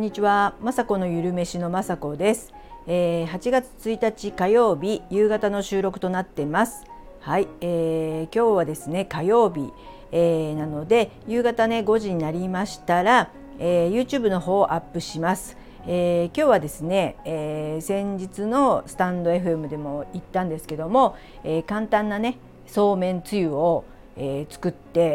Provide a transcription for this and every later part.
にちは、まさこのゆるめしのまさこです。8月1日火曜日夕方の収録となっています。はい、今日はですね火曜日、なので夕方ね5時になりましたら、YouTube の方をアップします。今日はですね、先日のスタンド FM でも言ったんですけども、簡単なねそうめんつゆを、作って、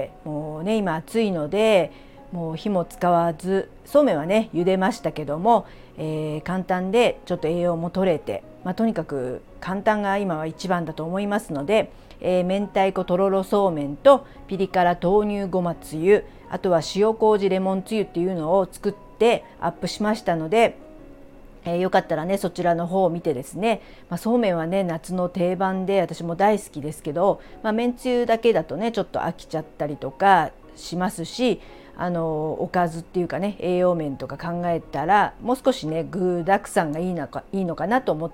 もうね今暑いのでもう火も使わずそうめんはね茹でましたけども、簡単でちょっと栄養も取れて、とにかく簡単が今は一番だと思いますので、明太子とろろそうめんとピリ辛豆乳ごまつゆ、あとは塩麹レモンつゆっていうのを作ってアップしましたので、よかったらねそちらの方を見てですね、そうめんはね夏の定番で私も大好きですけど、めんつゆだけだとねちょっと飽きちゃったりとかしますし、おかずっていうかね栄養面とか考えたらもう少しね具だくさんがいいのかなと思って、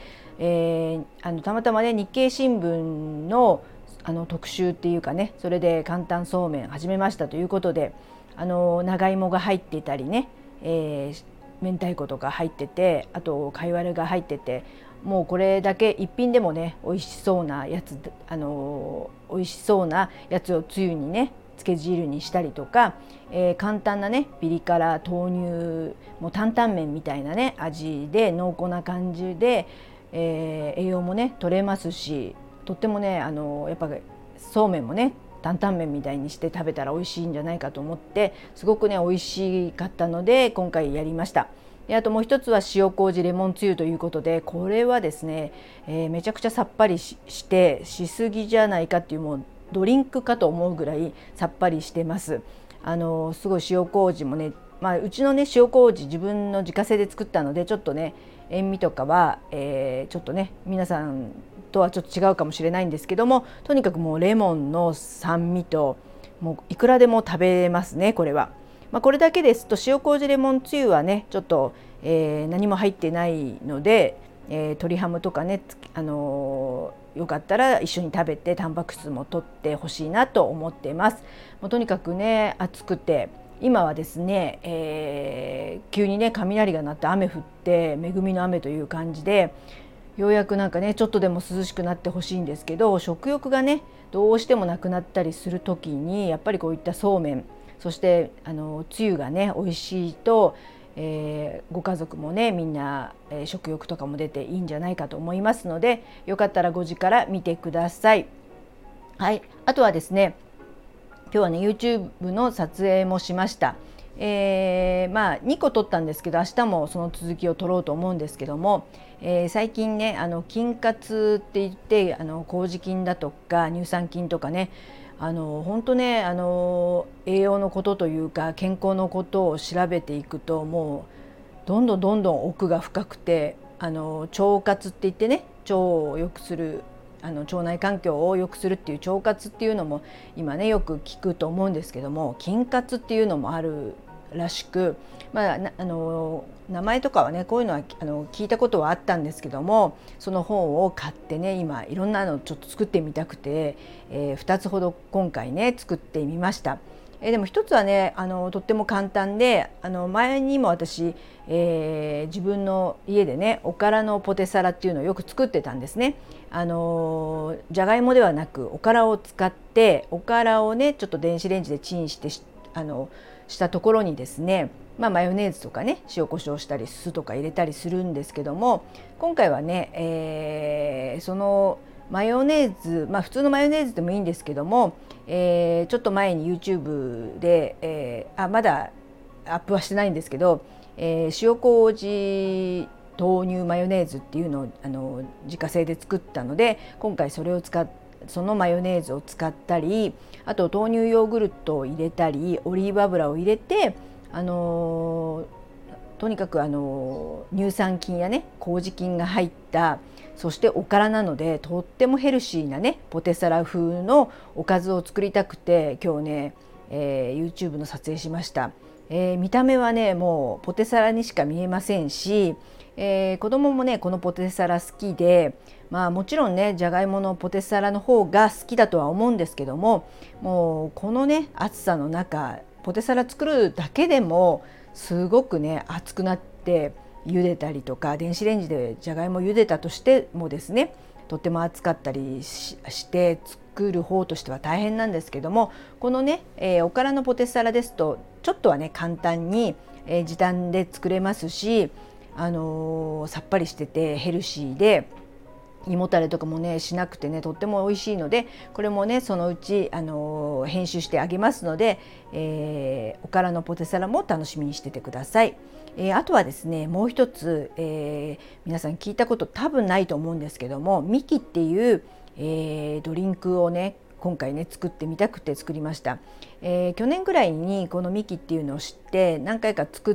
たまたまね日経新聞の特集っていうかね、それで簡単そうめん始めましたということで、長芋が入っていたりね、明太子とか入ってて、あと貝割れが入ってて、もうこれだけ一品でもね美味しそうなやつ、美味しそうなやつをつゆにねつけ汁にしたりとか、簡単なねピリ辛豆乳もう担々麺みたいなね味で濃厚な感じで、栄養もね取れますし、とってもねやっぱそうめんもね担々麺みたいにして食べたら美味しいんじゃないかと思って、すごくね美味しかったので今回やりました。であともう一つは塩麹レモンつゆということで、これはですね、めちゃくちゃさっぱりしてしすぎじゃないかっていう、もうドリンクかと思うぐらいさっぱりしてます。すごい塩麹もね、うちのね塩麹自分の自家製で作ったのでちょっとね塩味とかは、ちょっとね皆さんとはちょっと違うかもしれないんですけども、とにかくもうレモンの酸味ともういくらでも食べますねこれは。これだけですと塩麹レモンつゆはねちょっと、何も入ってないので、鶏ハムとかね、よかったら一緒に食べてタンパク質も取ってほしいなと思っています。もうとにかくね暑くて今はですね、急にね雷が鳴って雨降って恵みの雨という感じで、ようやくなんかねちょっとでも涼しくなってほしいんですけど、食欲がねどうしてもなくなったりする時にやっぱりこういったそうめん、そしてつゆがね美味しいと、ご家族もねみんな、食欲とかも出ていいんじゃないかと思いますので、よかったら5時から見てください。はい、あとはですね今日はね YouTube の撮影もしました。2個撮ったんですけど明日もその続きを撮ろうと思うんですけども、最近ね菌活って言って麹菌だとか乳酸菌とかね、本当ね栄養のことというか健康のことを調べていくと、もうどんどん奥が深くて、腸活って言ってね腸を良くする腸内環境を良くするっていう腸活っていうのも今ねよく聞くと思うんですけども、菌活っていうのもあるらしく、名前とかはねこういうのは聞いたことはあったんですけども、その本を買ってね今いろんなのちょっと作ってみたくて、2つほど今回ね作ってみました。でも一つはねとっても簡単で、前にも私、自分の家でねおからのポテサラっていうのをよく作ってたんですね。じゃがいもではなくおからを使って、おからをねちょっと電子レンジでチンしてしたところにですね、マヨネーズとかね塩コショウしたり酢とか入れたりするんですけども、今回はね、そのマヨネーズ、普通のマヨネーズでもいいんですけども、ちょっと前に YouTube で、まだアップはしてないんですけど、塩麹豆乳マヨネーズっていうのを自家製で作ったので、今回そのマヨネーズを使ったり、あと豆乳ヨーグルトを入れたりオリーブ油を入れて、とにかく乳酸菌やね麹菌が入った、そしておからなのでとってもヘルシーなねポテサラ風のおかずを作りたくて今日ね、YouTube の撮影しました。見た目はねもうポテサラにしか見えませんし、子供もねこのポテサラ好きで、もちろんねじゃがいものポテサラの方が好きだとは思うんですけども、もうこのね暑さの中ポテサラ作るだけでもすごくね熱くなって茹でたりとか、電子レンジでじゃがいも茹でたとしてもですね、とっても熱かったりして作る方としては大変なんですけども、このね、おからのポテサラですとちょっとはね簡単に、時短で作れますし、さっぱりしててヘルシーで、胃もたれとかもねしなくてねとっても美味しいので、これもねそのうち編集してあげますので、おからのポテサラも楽しみにしててください。あとはですね、もう一つ、皆さん聞いたこと多分ないと思うんですけども、ミキっていう、ドリンクをね今回ね作ってみたくて作りました。去年ぐらいにこのミキっていうのを知って何回か作って、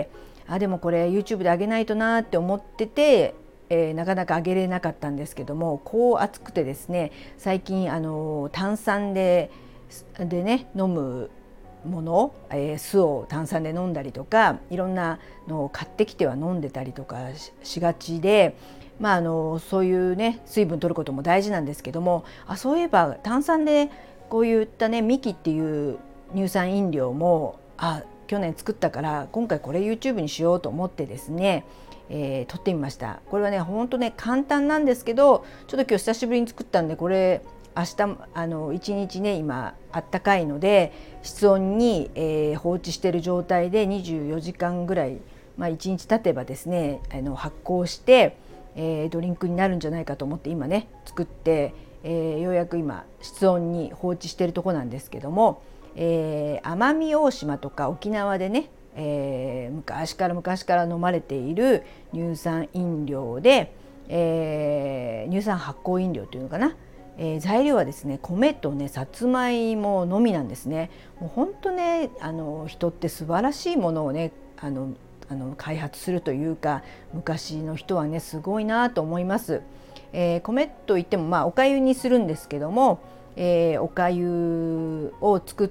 でもこれ YouTube であげないとなって思ってて、なかなかあげれなかったんですけども、こう暑くてですね、最近炭酸でね飲むもの、酢を炭酸で飲んだりとか、いろんなのを買ってきては飲んでたりとか しがちで、そういうね水分取ることも大事なんですけども、そういえば炭酸でこういったねミキっていう乳酸飲料も去年作ったから今回これ YouTube にしようと思ってですね、撮ってみました。これはねほんとね簡単なんですけど、ちょっと今日久しぶりに作ったんで、これ明日一日ね今あったかいので室温に、放置している状態で24時間ぐらい、1日経てばですね発酵して、ドリンクになるんじゃないかと思って今ね作って、ようやく今室温に放置しているとこなんですけども、奄美大島とか沖縄でね、昔から飲まれている乳酸飲料で、乳酸発酵飲料というのかな、材料はですね米とねさつまいものみなんですね。もう本当ね人って素晴らしいものをね開発するというか、昔の人はねすごいなと思います。米といってもお粥にするんですけども、お粥を作って、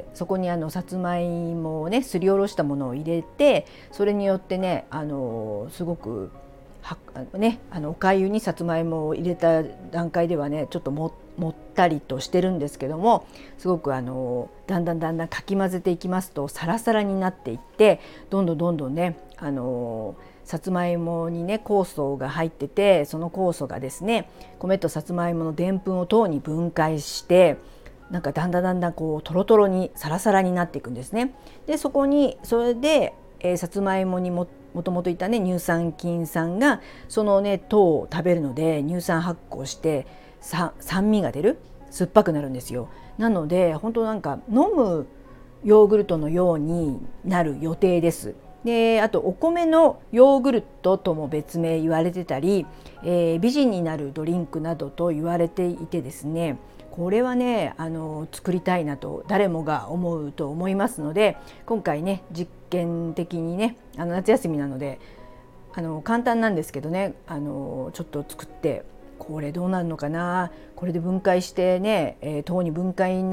そこにさつまいもをねすりおろしたものを入れて、それによってねすごくお粥にさつまいもを入れた段階ではねちょっともったりとしてるんですけども、すごくだんだんかき混ぜていきますとサラサラになっていって、どんどんねさつまいもにね酵素が入ってて、その酵素がですね米とさつまいものでんぷんを糖に分解して、なんかだんだんこうトロトロにサラサラになっていくんですね。でそれで、さつまいもにもともといたね乳酸菌酸がそのね糖を食べるので乳酸発酵して酸味が出る、酸っぱくなるんですよ。なので本当なんか飲むヨーグルトのようになる予定です。であとお米のヨーグルトとも別名言われてたり、美人になるドリンクなどと言われていてですね、これはね作りたいなと誰もが思うと思いますので、今回ね実験的にね夏休みなので簡単なんですけどねちょっと作って、これどうなるのかな、これで分解してね、糖に分解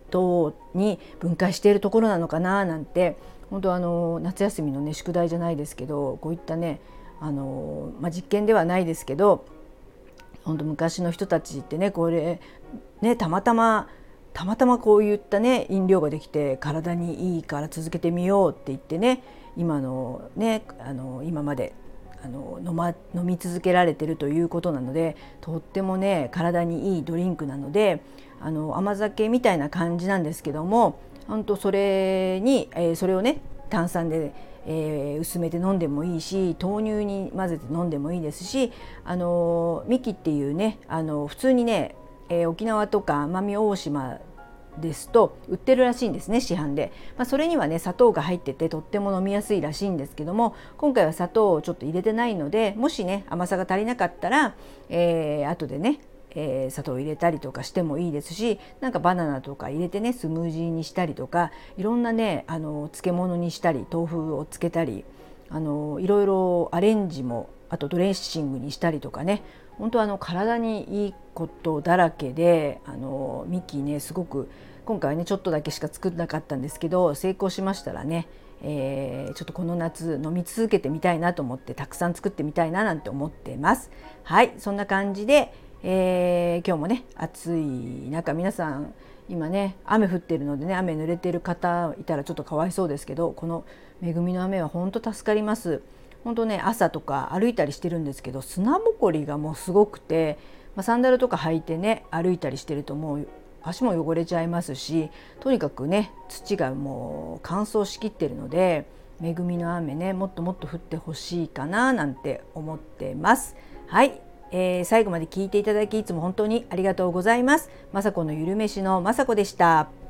しているところなのかななんて、本当夏休みのね宿題じゃないですけど、こういったね実験ではないですけど、本当昔の人たちってねこれねたまたまこういったね飲料ができて体にいいから続けてみようって言ってね、今まで飲み続けられてるということなので、とってもね体にいいドリンクなので、甘酒みたいな感じなんですけども、本当それをね炭酸で、薄めて飲んでもいいし、豆乳に混ぜて飲んでもいいですし、ミキっていうね普通にね、沖縄とか奄美大島ですと売ってるらしいんですね、市販で。それにはね砂糖が入っててとっても飲みやすいらしいんですけども、今回は砂糖をちょっと入れてないので、もしね甘さが足りなかったら、後でね砂糖を入れたりとかしてもいいですし、なんかバナナとか入れてねスムージーにしたりとか、いろんなね漬物にしたり豆腐をつけたりいろいろアレンジも、あとドレッシングにしたりとかね、本当体にいいことだらけで、ミキねすごく今回はねちょっとだけしか作らなかったんですけど、成功しましたらね、ちょっとこの夏飲み続けてみたいなと思って、たくさん作ってみたいななんて思ってます。はい、そんな感じで今日もね暑い中、皆さん今ね雨降ってるのでね、雨濡れてる方いたらちょっとかわいそうですけど、この恵みの雨は本当助かります。本当ね、朝とか歩いたりしてるんですけど、砂ぼこりがもうすごくて、サンダルとか履いてね歩いたりしてるともう足も汚れちゃいますし、とにかくね土がもう乾燥しきってるので、恵みの雨ねもっともっと降ってほしいかななんて思ってます。はい、最後まで聞いていただきいつも本当にありがとうございます。雅子のゆるめしの雅子でした。